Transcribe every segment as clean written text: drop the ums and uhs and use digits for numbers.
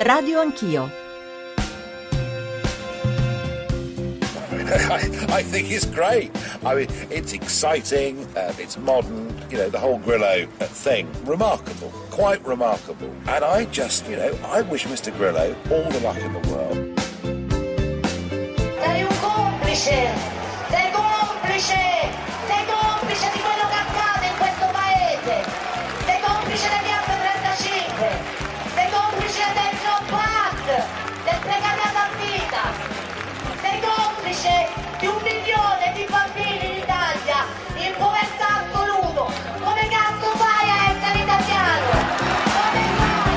Radio Anch'io. I think it's great. I mean, it's exciting, it's modern, the whole Grillo thing. Remarkable, quite remarkable. And I just, I wish Mr. Grillo all the luck in the world. Sei un complice! Sei complice! Sei complice di quello che accade in questo paese! Sei complice degli F-35! Sei complice del Job Act! Del precariato a vita! Sei complice di 1 milione di bambini in Italia in povertà assoluto! Come cazzo fai a essere italiano? Come fai?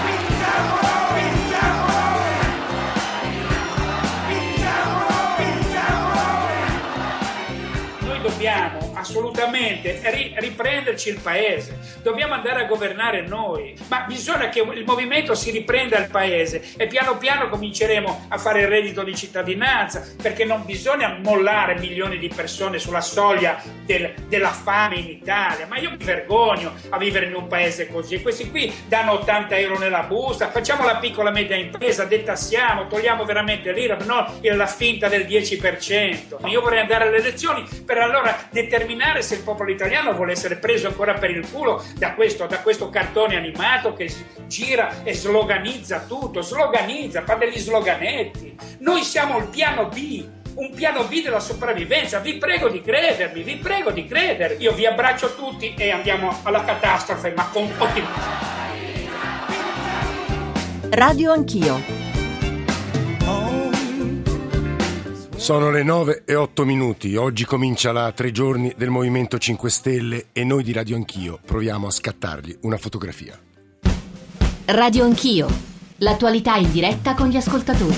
Noi dobbiamo assolutamente riprenderci il paese, dobbiamo andare a governare noi, ma bisogna che il movimento si riprenda il paese e piano piano cominceremo a fare il reddito di cittadinanza, perché non bisogna mollare milioni di persone sulla soglia della fame in Italia. Ma io mi vergogno a vivere in un paese così. Questi qui danno 80 euro nella busta, facciamo la piccola e media impresa, detassiamo, togliamo veramente l'IRAP, non la finta del 10%. Io vorrei andare alle elezioni per allora determinare se il popolo italiano vuole essere preso ancora per il culo da questo cartone animato che gira e sloganizza tutto, fa degli sloganetti. Noi siamo il piano B, un piano B della sopravvivenza. Vi prego di credermi. Io vi abbraccio tutti e andiamo alla catastrofe, ma con ottimismo. Radio Anch'io. Sono le 9:08. Oggi comincia la 3 giorni del Movimento 5 Stelle e noi di Radio Anch'io proviamo a scattargli una fotografia. Radio Anch'io, l'attualità in diretta con gli ascoltatori.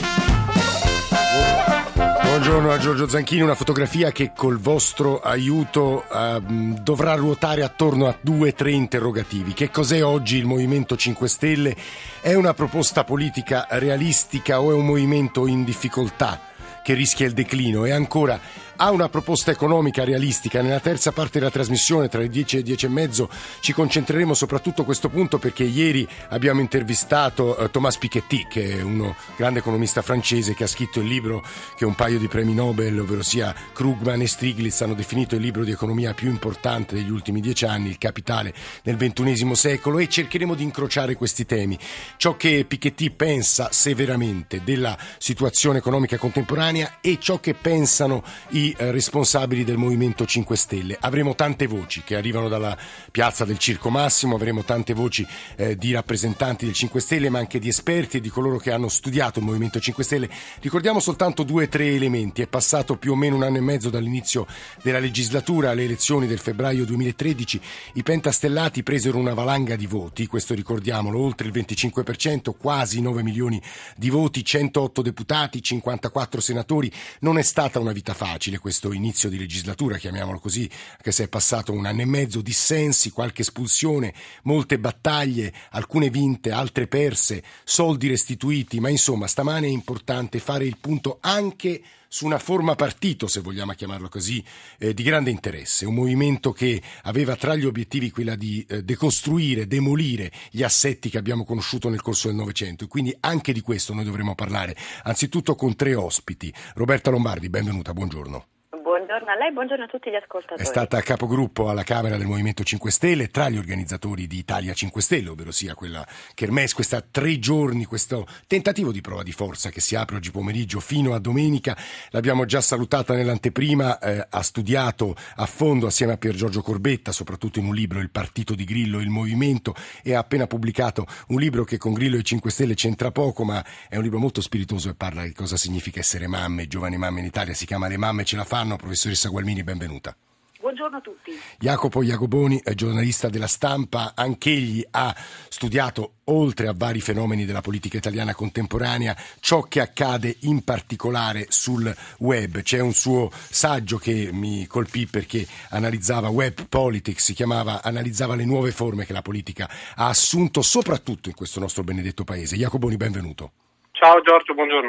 Buongiorno a Giorgio Zanchini, una fotografia che col vostro aiuto dovrà ruotare attorno a 2-3 interrogativi. Che cos'è oggi il Movimento 5 Stelle? È una proposta politica realistica o è un movimento in difficoltà che rischia il declino? E ancora, ha una proposta economica realistica? Nella terza parte della trasmissione, tra le 10 e le 10 e mezzo, ci concentreremo soprattutto a questo punto, perché ieri abbiamo intervistato Thomas Piketty, che è uno grande economista francese che ha scritto il libro che un paio di premi Nobel, ovvero sia Krugman e Stiglitz, hanno definito il libro di economia più importante degli ultimi 10 anni, Il Capitale nel XXI secolo, e cercheremo di incrociare questi temi. Ciò che Piketty pensa severamente della situazione economica contemporanea e ciò che pensano i responsabili del Movimento 5 Stelle. Avremo tante voci che arrivano dalla piazza del Circo Massimo, avremo tante voci di rappresentanti del 5 Stelle, ma anche di esperti e di coloro che hanno studiato il Movimento 5 Stelle. Ricordiamo soltanto 2-3 elementi. È passato più o meno 1 anno e mezzo dall'inizio della legislatura, alle elezioni del febbraio 2013. I pentastellati presero una valanga di voti, questo ricordiamolo, oltre il 25%, quasi 9 milioni di voti, 108 deputati, 54 senatori. Non è stata una vita facile questo inizio di legislatura, chiamiamolo così, che se è passato 1 anno e mezzo, dissensi, qualche espulsione, molte battaglie, alcune vinte, altre perse, soldi restituiti, ma insomma stamane è importante fare il punto anche su una forma partito, se vogliamo chiamarlo così, di grande interesse, un movimento che aveva tra gli obiettivi quella di decostruire, demolire gli assetti che abbiamo conosciuto nel corso del Novecento, e quindi anche di questo noi dovremo parlare, anzitutto con 3 ospiti. Roberta Lombardi, benvenuta, buongiorno. Buongiorno a lei, buongiorno a tutti gli ascoltatori. È stata capogruppo alla Camera del Movimento 5 Stelle, tra gli organizzatori di Italia 5 Stelle, ovvero sia quella Kermesse, questa 3 giorni, questo tentativo di prova di forza che si apre oggi pomeriggio fino a domenica. L'abbiamo già salutata nell'anteprima, ha studiato a fondo assieme a Pier Giorgio Corbetta, soprattutto in un libro, Il partito di Grillo e il movimento, e ha appena pubblicato un libro che con Grillo e 5 Stelle c'entra poco, ma è un libro molto spiritoso e parla di cosa significa essere mamme, giovani mamme in Italia. Si chiama Le mamme ce la fanno. Professoressa Gualmini, benvenuta. Buongiorno a tutti. Jacopo Jacoboni è giornalista della Stampa, anch'egli ha studiato, oltre a vari fenomeni della politica italiana contemporanea, ciò che accade in particolare sul web. C'è un suo saggio che mi colpì perché analizzava web politics, si chiamava Analizzava le nuove forme che la politica ha assunto soprattutto in questo nostro benedetto paese. Jacoboni, benvenuto. Ciao Giorgio, buongiorno.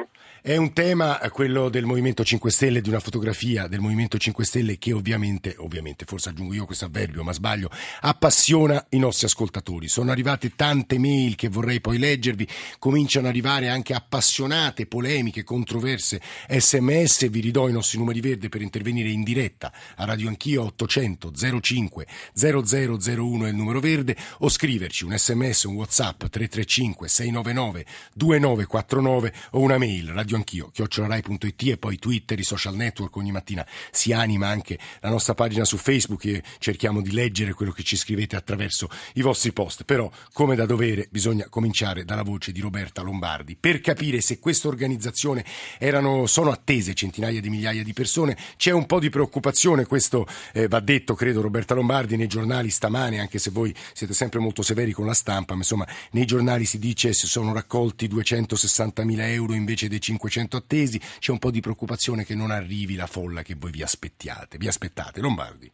È un tema, quello del Movimento 5 Stelle, di una fotografia del Movimento 5 Stelle che ovviamente, forse aggiungo io questo avverbio, ma sbaglio, appassiona i nostri ascoltatori. Sono arrivate tante mail che vorrei poi leggervi, cominciano ad arrivare anche appassionate, polemiche, controverse, sms, vi ridò i nostri numeri verdi per intervenire in diretta a Radio Anch'io 800 05 0001 è il numero verde, o scriverci un sms, un WhatsApp 335 699 2949 o una mail radioanchio@rai.it, e poi Twitter, i social network. Ogni mattina si anima anche la nostra pagina su Facebook e cerchiamo di leggere quello che ci scrivete attraverso i vostri post. Però, come da dovere, bisogna cominciare dalla voce di Roberta Lombardi per capire se questa organizzazione sono attese centinaia di migliaia di persone. C'è un po' di preoccupazione, questo va detto, credo, Roberta Lombardi, nei giornali stamane, anche se voi siete sempre molto severi con la stampa, ma insomma nei giornali si dice si sono raccolti 260.000 euro invece dei 500 attesi. C'è un po' di preoccupazione che non arrivi la folla che voi vi aspettate. Lombardi.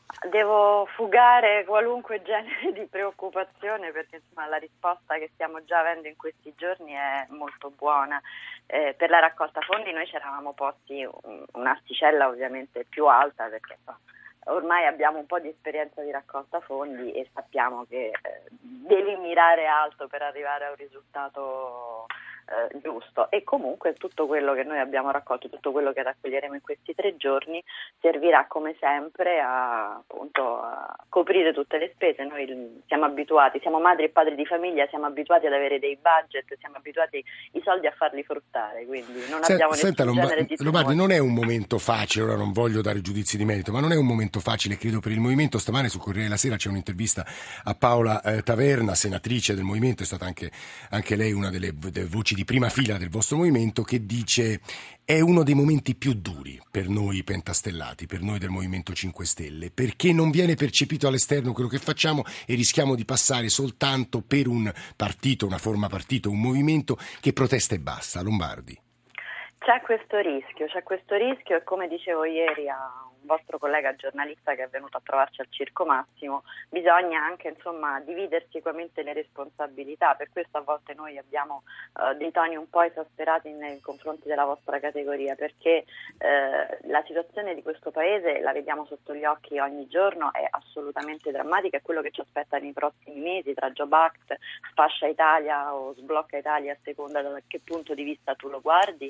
Devo fugare qualunque genere di preoccupazione, perché insomma la risposta che stiamo già avendo in questi giorni è molto buona. Per la raccolta fondi noi ci eravamo posti un'asticella ovviamente più alta, perché ormai abbiamo un po' di esperienza di raccolta fondi e sappiamo che devi mirare alto per arrivare a un risultato giusto, e comunque tutto quello che noi abbiamo raccolto, tutto quello che raccoglieremo in questi 3 giorni servirà come sempre a coprire tutte le spese. Noi siamo abituati, siamo madri e padri di famiglia, siamo abituati ad avere dei budget, siamo abituati i soldi a farli fruttare, quindi non abbiamo nessun genere di Lombardi, non è un momento facile, ora non voglio dare giudizi di merito, ma non è un momento facile, credo, per il Movimento. Stamane sul Corriere della Sera c'è un'intervista a Paola Taverna, senatrice del Movimento, è stata anche lei una delle voci di prima fila del vostro movimento, che dice: è uno dei momenti più duri per noi pentastellati, per noi del Movimento 5 Stelle, perché non viene percepito all'esterno quello che facciamo e rischiamo di passare soltanto per un partito, una forma partito, un movimento che protesta e basta. Lombardi. C'è questo rischio e, come dicevo ieri a un vostro collega giornalista che è venuto a trovarci al Circo Massimo, bisogna anche dividersi equamente le responsabilità. Per questo a volte noi abbiamo dei toni un po' esasperati nei confronti della vostra categoria, perché la situazione di questo paese la vediamo sotto gli occhi ogni giorno, è assolutamente drammatica, è quello che ci aspetta nei prossimi mesi tra Job Act, Spascia Italia o Sblocca Italia, a seconda da che punto di vista tu lo guardi.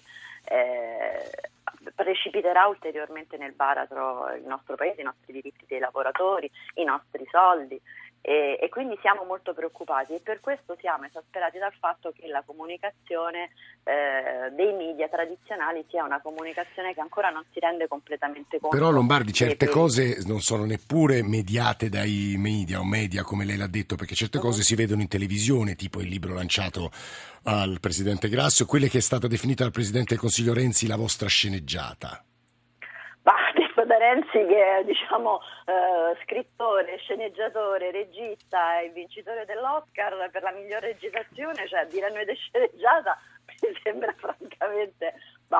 Precipiterà ulteriormente nel baratro il nostro paese, i nostri diritti dei lavoratori, i nostri soldi, e quindi siamo molto preoccupati, e per questo siamo esasperati dal fatto che la comunicazione dei media tradizionali sia una comunicazione che ancora non si rende completamente conto. Però Lombardi, certe cose non sono neppure mediate dai media o media, come lei l'ha detto, perché certe cose si vedono in televisione, tipo il libro lanciato al Presidente Grasso, e quelle che è stata definita dal Presidente del Consiglio Renzi la vostra sceneggiata. Da Renzi, che è scrittore, sceneggiatore, regista e vincitore dell'Oscar per la miglior recitazione, cioè dire a noi di sceneggiata mi sembra francamente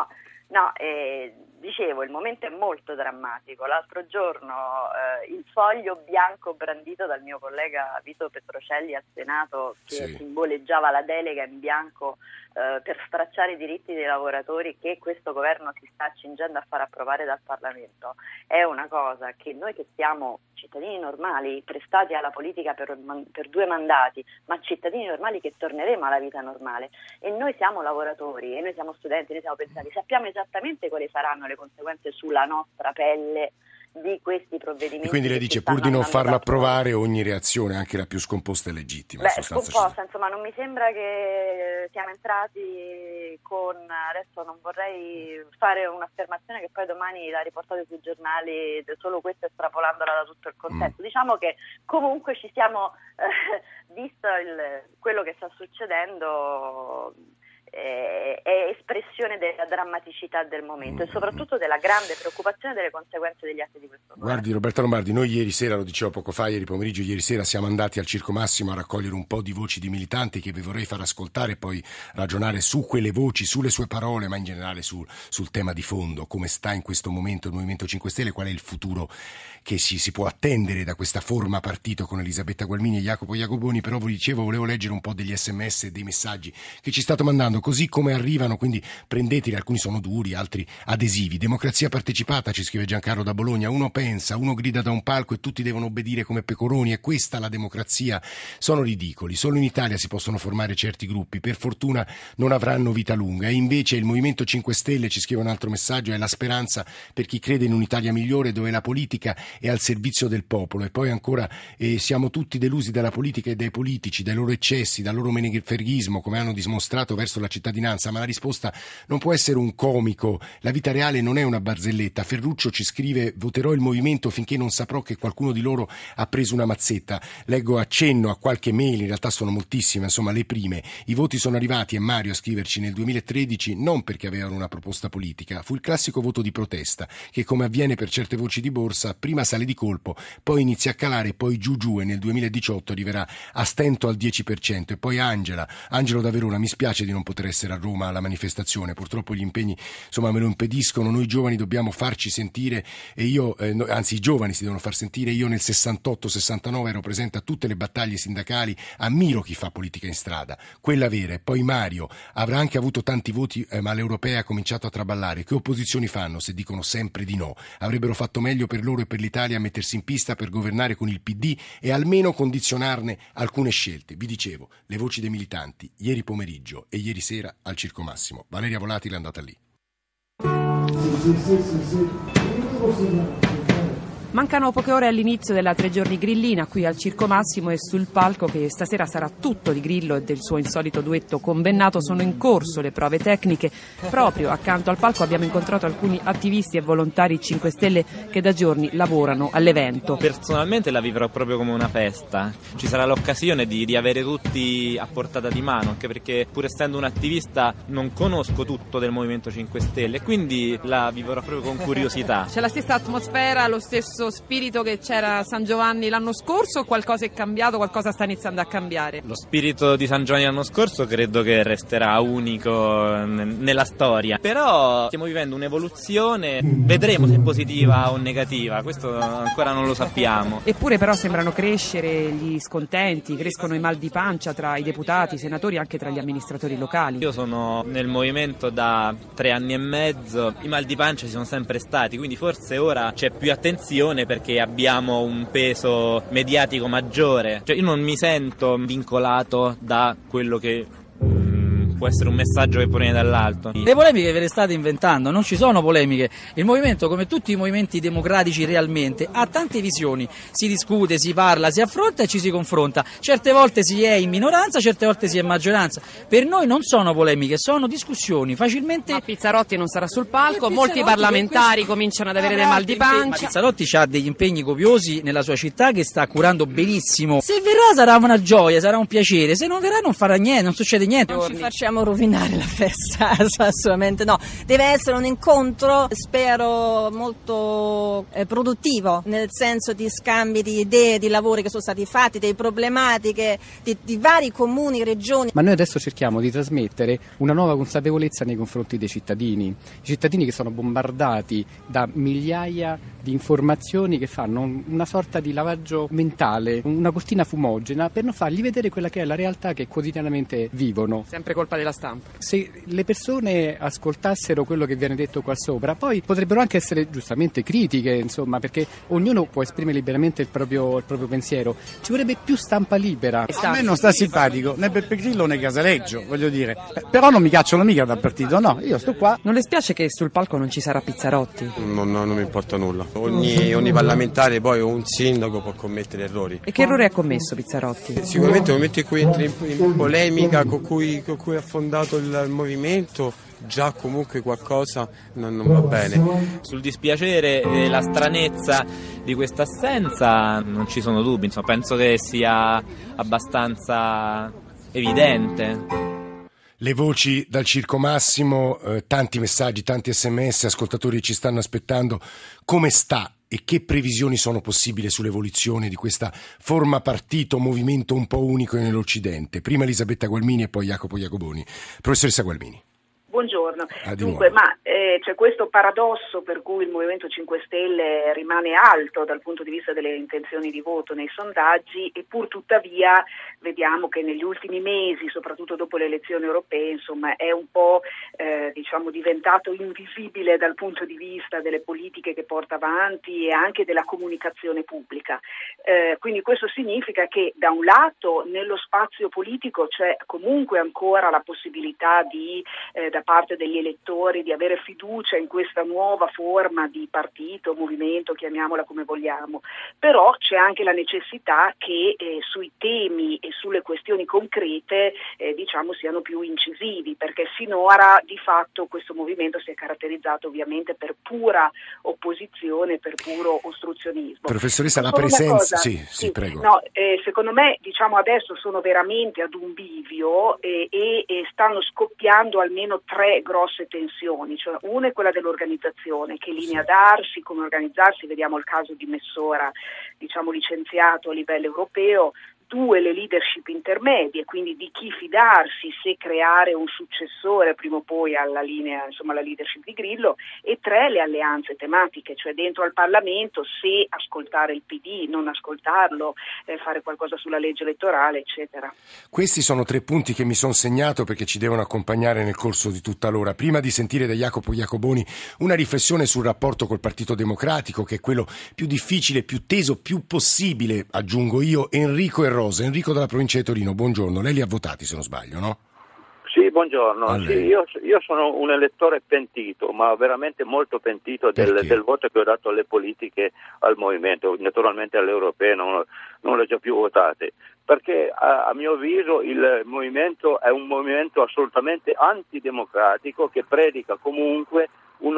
dicevo, il momento è molto drammatico. L'altro giorno il foglio bianco brandito dal mio collega Vito Petrocelli al Senato, che simboleggiava la delega in bianco per stracciare i diritti dei lavoratori che questo governo si sta accingendo a far approvare dal Parlamento, è una cosa che noi, che siamo cittadini normali prestati alla politica per 2 mandati, ma cittadini normali che torneremo alla vita normale, e noi siamo lavoratori, e noi siamo studenti, noi siamo pensionati, sappiamo esattamente quali saranno le conseguenze sulla nostra pelle di questi provvedimenti. E quindi lei dice, pur di non farlo approvare, ogni reazione, anche la più scomposta, è legittima. Scomposta, insomma, non mi sembra che siamo entrati adesso non vorrei fare un'affermazione che poi domani la riportate sui giornali, solo questa estrapolandola da tutto il contesto. Diciamo che comunque ci siamo visto quello che sta succedendo è espressione della drammaticità del momento e soprattutto della grande preoccupazione delle conseguenze degli atti di questo governo. Guardi Roberta Lombardi, noi ieri sera, lo dicevo poco fa, ieri pomeriggio, ieri sera siamo andati al Circo Massimo a raccogliere un po' di voci di militanti che vi vorrei far ascoltare e poi ragionare su quelle voci, sulle sue parole, ma in generale sul tema di fondo, come sta in questo momento il Movimento 5 Stelle, qual è il futuro che si può attendere da questa forma partito con Elisabetta Gualmini e Jacopo Iacoboni. Però vi dicevo, volevo leggere un po' degli SMS e dei messaggi che ci state mandando arrivando, così come arrivano, quindi prendeteli, alcuni sono duri, altri adesivi. Democrazia partecipata, ci scrive Giancarlo da Bologna, uno pensa, uno grida da un palco e tutti devono obbedire come pecoroni, è questa la democrazia? Sono ridicoli, solo in Italia si possono formare certi gruppi, per fortuna non avranno vita lunga, e invece il Movimento 5 Stelle, ci scrive un altro messaggio, è la speranza per chi crede in un'Italia migliore dove la politica è al servizio del popolo. E poi ancora siamo tutti delusi dalla politica e dai politici, dai loro eccessi, dal loro menefreghismo, come hanno dimostrato verso la cittadinanza, ma la risposta non può essere un comico, la vita reale non è una barzelletta. Ferruccio ci scrive: voterò il Movimento finché non saprò che qualcuno di loro ha preso una mazzetta. Leggo accenno a qualche mail, in realtà sono moltissime, insomma le prime. I voti sono arrivati, e Mario a scriverci, nel 2013 non perché avevano una proposta politica, fu il classico voto di protesta che, come avviene per certe voci di borsa, prima sale di colpo, poi inizia a calare, poi giù e nel 2018 arriverà a stento al 10%. E poi Angelo da Verona: mi spiace di non poter essere a Roma alla manifestazione, purtroppo gli impegni me lo impediscono, noi giovani dobbiamo farci sentire, e io anzi i giovani si devono far sentire. Io nel 68-69 ero presente a tutte le battaglie sindacali, ammiro chi fa politica in strada, quella vera. E poi Mario: avrà anche avuto tanti voti, ma l'Europea ha cominciato a traballare. Che opposizioni fanno se dicono sempre di no? Avrebbero fatto meglio per loro e per l'Italia a mettersi in pista per governare con il PD e almeno condizionarne alcune scelte. Vi dicevo, le voci dei militanti ieri pomeriggio e ieri sera al Circo Massimo. Valeria Volatile è andata lì. Mancano poche ore all'inizio della 3 giorni grillina qui al Circo Massimo, e sul palco, che stasera sarà tutto di Grillo e del suo insolito duetto con Bennato, sono in corso le prove tecniche. Proprio accanto al palco abbiamo incontrato alcuni attivisti e volontari 5 Stelle che da giorni lavorano all'evento. Personalmente la vivrò proprio come una festa. Ci sarà l'occasione di avere tutti a portata di mano, anche perché, pur essendo un attivista, non conosco tutto del Movimento 5 Stelle, quindi la vivrò proprio con curiosità. C'è la stessa atmosfera, lo stesso spirito che c'era a San Giovanni l'anno scorso, o qualcosa è cambiato, qualcosa sta iniziando a cambiare? Lo spirito di San Giovanni l'anno scorso credo che resterà unico nella storia, però stiamo vivendo un'evoluzione, vedremo se è positiva o negativa, questo ancora non lo sappiamo. Eppure però sembrano crescere gli scontenti, crescono i mal di pancia tra i deputati, i senatori e anche tra gli amministratori locali. Io sono nel movimento da 3 anni e mezzo, i mal di pancia ci sono sempre stati, quindi forse ora c'è più attenzione perché abbiamo un peso mediatico maggiore. Io non mi sento vincolato da quello che può essere un messaggio che proviene dall'alto. Le polemiche ve le state inventando, non ci sono polemiche. Il movimento, come tutti i movimenti democratici realmente, ha tante visioni. Si discute, si parla, si affronta e ci si confronta. Certe volte si è in minoranza, certe volte si è in maggioranza. Per noi non sono polemiche, sono discussioni facilmente. Ma Pizzarotti non sarà sul palco, molti parlamentari cominciano ad avere dei mal di pancia. Pizzarotti ha degli impegni copiosi nella sua città che sta curando benissimo. Se verrà sarà una gioia, sarà un piacere, se non verrà non farà niente, non succede niente. Non ci facciamo rovinare la festa, assolutamente no. Deve essere un incontro, spero, molto produttivo, nel senso di scambi di idee, di lavori che sono stati fatti, di problematiche di vari comuni, regioni. Ma noi adesso cerchiamo di trasmettere una nuova consapevolezza nei confronti dei cittadini che sono bombardati da migliaia di informazioni che fanno una sorta di lavaggio mentale, una cortina fumogena, per non fargli vedere quella che è la realtà che quotidianamente vivono. Sempre colpa della stampa. Se le persone ascoltassero quello che viene detto qua sopra, poi potrebbero anche essere giustamente critiche, insomma, perché ognuno può esprimere liberamente il proprio pensiero. Ci vorrebbe più stampa libera. A me non sta simpatico né Beppe Grillo né Casaleggio, voglio dire. Però non mi cacciano mica dal partito, no, io sto qua. Non le spiace che sul palco non ci sarà Pizzarotti? Non mi importa nulla. Ogni parlamentare poi o un sindaco può commettere errori. E che errore ha commesso Pizzarotti? Sicuramente nel momento in cui entri in polemica con cui ha fondato il movimento, già comunque qualcosa non va bene. Sul dispiacere e la stranezza di questa assenza non ci sono dubbi, insomma, penso che sia abbastanza evidente. Le voci dal Circo Massimo, tanti messaggi, tanti sms, ascoltatori ci stanno aspettando. Come sta e che previsioni sono possibili sull'evoluzione di questa forma partito, movimento un po' unico nell'Occidente? Prima Elisabetta Gualmini e poi Jacopo Iacoboni. Professoressa Gualmini. Buongiorno. Dunque, c'è questo paradosso per cui il Movimento 5 Stelle rimane alto dal punto di vista delle intenzioni di voto nei sondaggi, e pur tuttavia vediamo che negli ultimi mesi, soprattutto dopo le elezioni europee, insomma, è un po' diventato invisibile dal punto di vista delle politiche che porta avanti e anche della comunicazione pubblica. Quindi questo significa che da un lato nello spazio politico c'è comunque ancora la possibilità da parte degli elettori di avere fiducia in questa nuova forma di partito, movimento, chiamiamola come vogliamo, però c'è anche la necessità che sui temi e sulle questioni concrete siano più incisivi, perché sinora di fatto questo movimento si è caratterizzato ovviamente per pura opposizione, per puro ostruzionismo. Professoressa, la presenza... Sì, prego. No, secondo me adesso sono veramente ad un bivio e stanno scoppiando almeno 3 grosse tensioni, cioè una è quella dell'organizzazione, che linea darsi, come organizzarsi, vediamo il caso di Messora, licenziato a livello europeo. 2, le leadership intermedie, quindi di chi fidarsi, se creare un successore prima o poi alla linea, la leadership di Grillo, e 3, le alleanze tematiche, cioè dentro al Parlamento se ascoltare il PD, non ascoltarlo, fare qualcosa sulla legge elettorale, eccetera. Questi sono 3 punti che mi sono segnato perché ci devono accompagnare nel corso di tutta l'ora. Prima di sentire da Jacopo Iacoboni una riflessione sul rapporto col Partito Democratico, che è quello più difficile, più teso, più possibile, aggiungo io, Enrico dalla provincia di Torino, buongiorno. Lei li ha votati, se non sbaglio, no? Sì, buongiorno. Sì, io sono un elettore pentito, ma veramente molto pentito del voto che ho dato alle politiche, al movimento, naturalmente alle europee non le ho già più votate, perché a mio avviso il movimento è un movimento assolutamente antidemocratico che predica comunque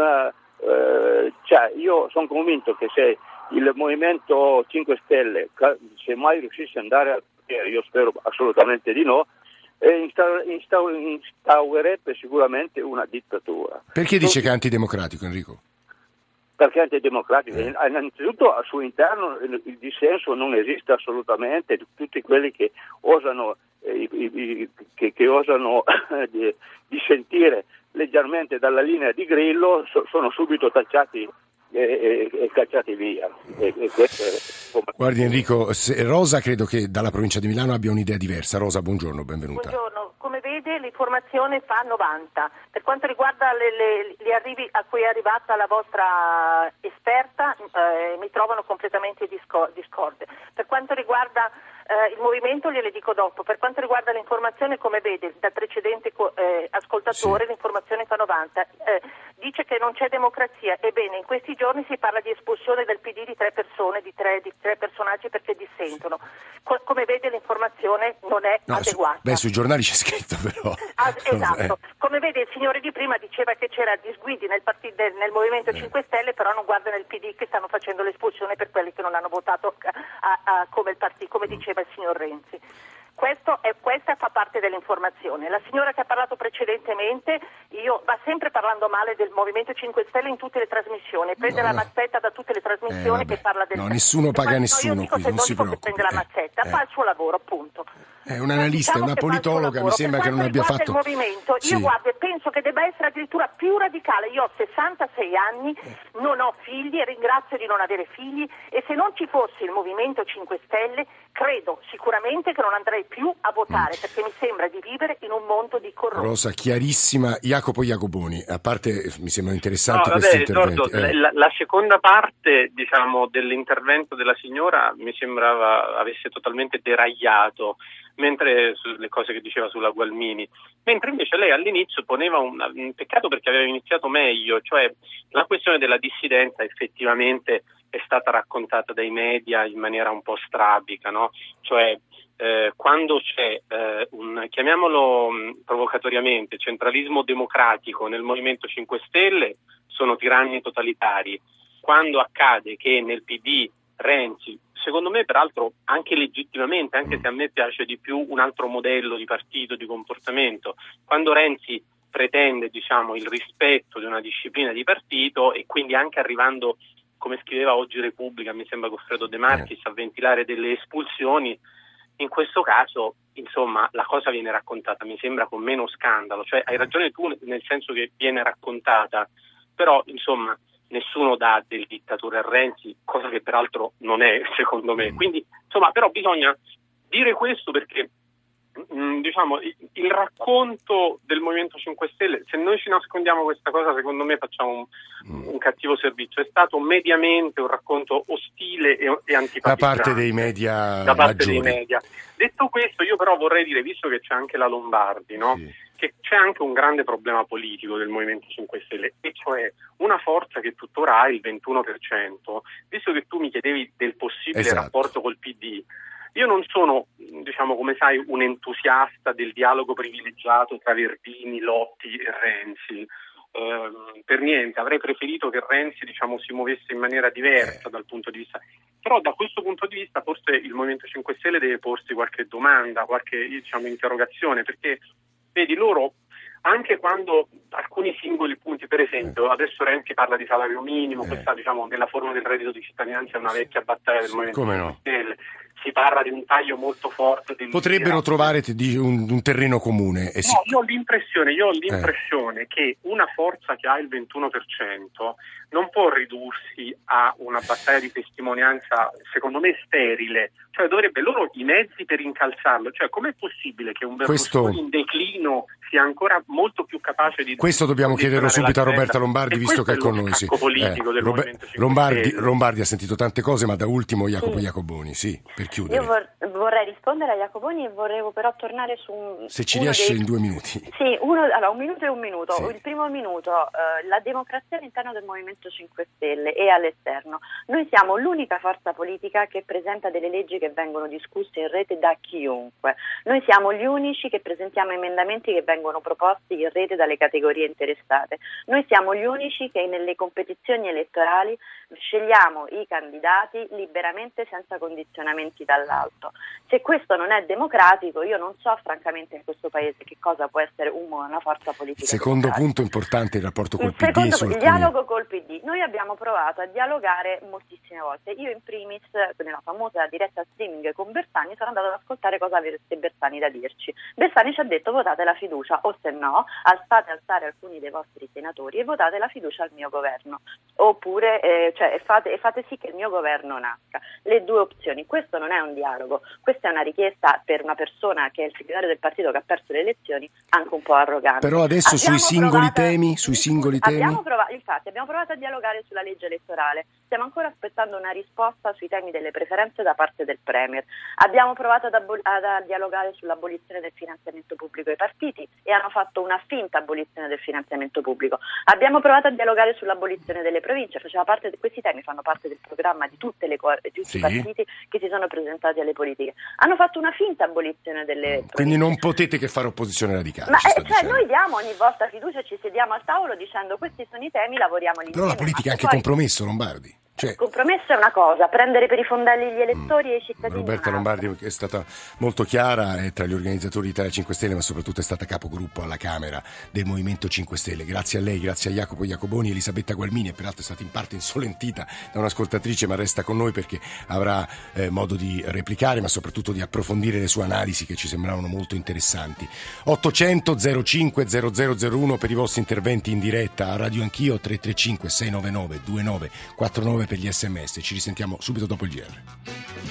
io sono convinto che se il Movimento 5 Stelle, se mai riuscisse ad andare al potere, io spero assolutamente di no, instaurerebbe sicuramente una dittatura. Perché dice che è antidemocratico, Enrico? Perché è antidemocratico? Innanzitutto al suo interno il dissenso non esiste assolutamente, tutti quelli che osano dissentire leggermente dalla linea di Grillo sono subito tacciati e cacciati via. Guardi Enrico, Rosa credo che dalla provincia di Milano abbia un'idea diversa. Rosa, buongiorno, benvenuta. Buongiorno, come vede l'informazione fa 90. Per quanto riguarda gli arrivi a cui è arrivata la vostra esperta, mi trovano completamente discorde. Per quanto riguarda il movimento gliele dico dopo. Per quanto riguarda l'informazione, come vede dal precedente ascoltatore, l'informazione fa 90. Dice che non c'è democrazia. Ebbene, in questi giorni si parla di espulsione del PD di 3 persone, di tre personaggi perché dissentono. Come vede l'informazione non è adeguata. Sui giornali c'è scritto però. Esatto. Come vede il signore di prima diceva che c'era disguidi nel Movimento 5 Stelle, però non guarda nel PD che stanno facendo l'espulsione per quelli che non hanno votato come il partito, come diceva il signor Renzi. Questa fa parte dell'informazione. La signora che ha parlato precedentemente va sempre parlando male del Movimento 5 Stelle in tutte le trasmissioni, prende la mazzetta da tutte le trasmissioni che parla del... No, nessuno paga nessuno qui, non si preoccupi. Prende la mazzetta, fa il suo lavoro, appunto. È un analista, una politologa, mi sembra che non abbia fatto... Il movimento, io guardo e penso che debba essere addirittura più radicale. Io ho 66 anni, non ho figli e ringrazio di non avere figli, e se non ci fosse il Movimento 5 Stelle credo sicuramente che non andrei più a votare, perché mi sembra di vivere in un mondo di corrotti. Rosa, chiarissima. Jacopo Iacoboni, a parte mi sembrano interessanti questi interventi. La seconda parte dell'intervento della signora mi sembrava avesse totalmente deragliato, mentre sulle cose che diceva sulla Gualmini, mentre invece lei all'inizio poneva un peccato perché aveva iniziato meglio, cioè la questione della dissidenza effettivamente è stata raccontata dai media in maniera un po' strabica, no? Cioè quando c'è chiamiamolo provocatoriamente, centralismo democratico nel Movimento 5 Stelle sono tiranni totalitari. Quando accade che nel PD Renzi, secondo me peraltro anche legittimamente, anche se a me piace di più un altro modello di partito, di comportamento, quando Renzi pretende il rispetto di una disciplina di partito e quindi anche arrivando, come scriveva oggi Repubblica, mi sembra Goffredo De Marchis, a ventilare delle espulsioni, In questo caso, insomma, la cosa viene raccontata, mi sembra, con meno scandalo. Cioè, hai ragione tu, nel senso che viene raccontata, però, insomma, nessuno dà del dittatore a Renzi, cosa che peraltro non è, secondo me. Quindi, insomma, però bisogna dire questo perché, diciamo, il racconto del Movimento 5 Stelle, se noi ci nascondiamo questa cosa, secondo me facciamo un cattivo servizio. È stato mediamente un racconto ostile e antipatico da parte dei media dei media. Detto questo, io però vorrei dire, visto che c'è anche la Lombardi, no? Sì. Che c'è anche un grande problema politico del Movimento 5 Stelle, e cioè una forza che tuttora ha il 21%, visto che tu mi chiedevi del possibile rapporto col PD. Io non sono, diciamo, come sai, un entusiasta del dialogo privilegiato tra Verdini, Lotti e Renzi. Per niente, avrei preferito che Renzi, diciamo, si muovesse in maniera diversa dal punto di vista. Però da questo punto di vista forse il Movimento 5 Stelle deve porsi qualche domanda, qualche, diciamo, interrogazione, perché vedi, loro, anche quando alcuni singoli punti, per esempio, adesso Renzi parla di salario minimo, questa, diciamo, nella forma del reddito di cittadinanza è una vecchia battaglia del Movimento 5 Stelle. Si parla di un taglio molto forte. Potrebbero trovare un terreno comune. No, io ho l'impressione che una forza che ha il 21% non può ridursi a una battaglia di testimonianza, secondo me, sterile. Cioè dovrebbe loro i mezzi per incalzarlo. Cioè, com'è possibile che un Berlusconi in declino sia ancora molto più capace di... Questo dobbiamo chiederlo subito a Roberta Lombardi, visto che è con noi. Lombardi ha sentito tante cose, ma da ultimo Jacopo Iacoboni, per chiudere. Io vorrei rispondere a Iacoboni e volevo però tornare su se ci riesce in 2 minuti. Sì, un minuto e un minuto. Sì. Il primo minuto, la democrazia all'interno del Movimento 5 Stelle e all'esterno. Noi siamo l'unica forza politica che presenta delle leggi che vengono discusse in rete da chiunque. Noi siamo gli unici che presentiamo emendamenti che vengono proposti in rete dalle categorie interessate. Noi siamo gli unici che nelle competizioni elettorali scegliamo i candidati liberamente, senza condizionamenti dall'alto. Se questo non è democratico, io non so francamente in questo paese che cosa può essere una forza politica. Secondo punto importante, il rapporto col PD. Il dialogo col PD. Noi abbiamo provato a dialogare moltissime volte. Io in primis, nella famosa diretta streaming con Bersani, sono andata ad ascoltare cosa avesse Bersani da dirci. Bersani ci ha detto: votate la fiducia, o se no fate alzare alcuni dei vostri senatori e votate la fiducia al mio governo, oppure fate sì che il mio governo nasca. Le 2 opzioni. Questo non è un dialogo, questa è una richiesta per una persona che è il segretario del partito che ha perso le elezioni, anche un po' arrogante. Però adesso sui singoli temi abbiamo provato a dialogare sulla legge elettorale. Stiamo ancora aspettando una risposta sui temi delle preferenze da parte del Premier. Abbiamo provato a dialogare sull'abolizione del finanziamento pubblico ai partiti e hanno fatto una finta abolizione del finanziamento pubblico. Abbiamo provato a dialogare sull'abolizione delle province. Questi temi fanno parte del programma di tutti i partiti che si sono presentati alle politiche. Hanno fatto una finta abolizione delle province. Quindi non potete che fare opposizione radicale. Ma noi diamo ogni volta fiducia, ci sediamo al tavolo dicendo: questi sono i temi, lavoriamo insieme. Però la politica è anche compromesso, Lombardi. Il compromesso è una cosa, prendere per i fondelli gli elettori e i cittadini. Roberta Lombardi è stata molto chiara, è tra gli organizzatori di Italia 5 Stelle, ma soprattutto è stata capogruppo alla Camera del Movimento 5 Stelle. Grazie a lei, grazie a Jacopo Iacoboni, Elisabetta Gualmini, e peraltro è stata in parte insolentita da un'ascoltatrice, ma resta con noi perché avrà modo di replicare, ma soprattutto di approfondire le sue analisi che ci sembravano molto interessanti. 800 05 0001 per i vostri interventi in diretta, a Radio Anch'io 335 699 2949 per gli SMS. Ci risentiamo subito dopo il GR.